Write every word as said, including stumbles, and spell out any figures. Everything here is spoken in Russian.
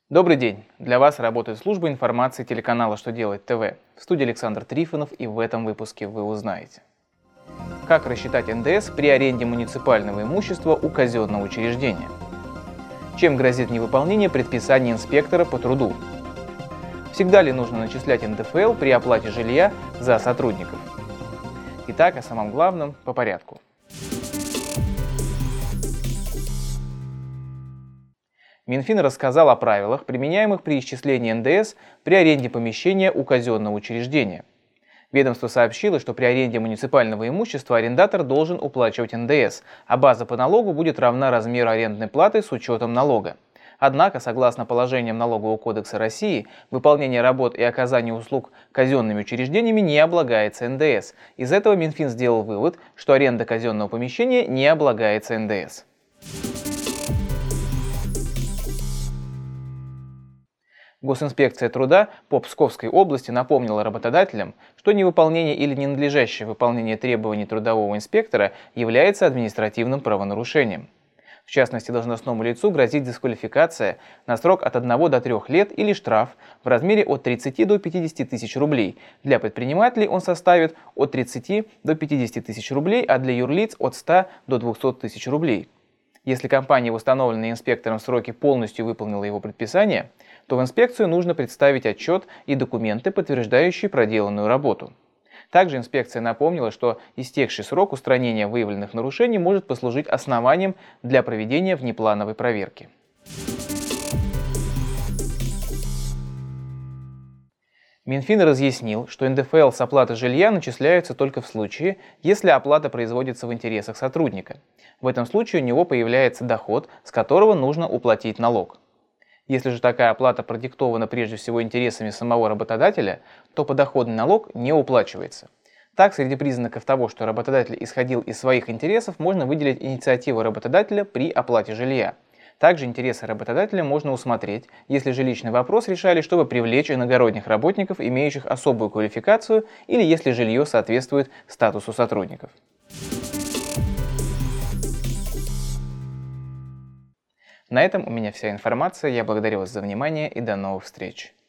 Добрый день! Для вас работает служба информации телеканала «Что делать ТВ». В студии Александр Трифонов, и в этом выпуске вы узнаете: как рассчитать эн дэ эс при аренде муниципального имущества у казенного учреждения, чем грозит невыполнение предписаний инспектора по труду, всегда ли нужно начислять эн дэ эф эл при оплате жилья за сотрудников. Итак, о самом главном по порядку. Минфин рассказал о правилах, применяемых при исчислении эн дэ эс при аренде помещения у казенного учреждения. Ведомство сообщило, что при аренде муниципального имущества арендатор должен уплачивать эн дэ эс, а база по налогу будет равна размеру арендной платы с учетом налога. Однако, согласно положениям Налогового кодекса России, выполнение работ и оказание услуг казенными учреждениями не облагается эн дэ эс. Из этого Минфин сделал вывод, что аренда казенного помещения не облагается эн дэ эс. Госинспекция труда по Псковской области напомнила работодателям, что невыполнение или ненадлежащее выполнение требований трудового инспектора является административным правонарушением. В частности, должностному лицу грозит дисквалификация на срок от одного до трёх лет или штраф в размере от тридцати до пятидесяти тысяч рублей. Для предпринимателей он составит от тридцати до пятидесяти тысяч рублей, а для юрлиц от ста до двухсот тысяч рублей. Если компания в установленные инспектором сроки полностью выполнила его предписание, то в инспекцию нужно представить отчет и документы, подтверждающие проделанную работу. Также инспекция напомнила, что истекший срок устранения выявленных нарушений может послужить основанием для проведения внеплановой проверки. Минфин разъяснил, что эн дэ эф эл с оплаты жилья начисляются только в случае, если оплата производится в интересах сотрудника. В этом случае у него появляется доход, с которого нужно уплатить налог. Если же такая оплата продиктована прежде всего интересами самого работодателя, то подоходный налог не уплачивается. Так, среди признаков того, что работодатель исходил из своих интересов, можно выделить инициативу работодателя при оплате жилья. Также интересы работодателя можно усмотреть, если жилищный вопрос решали, чтобы привлечь иногородних работников, имеющих особую квалификацию, или если жилье соответствует статусу сотрудников. На этом у меня вся информация. Я благодарю вас за внимание и до новых встреч.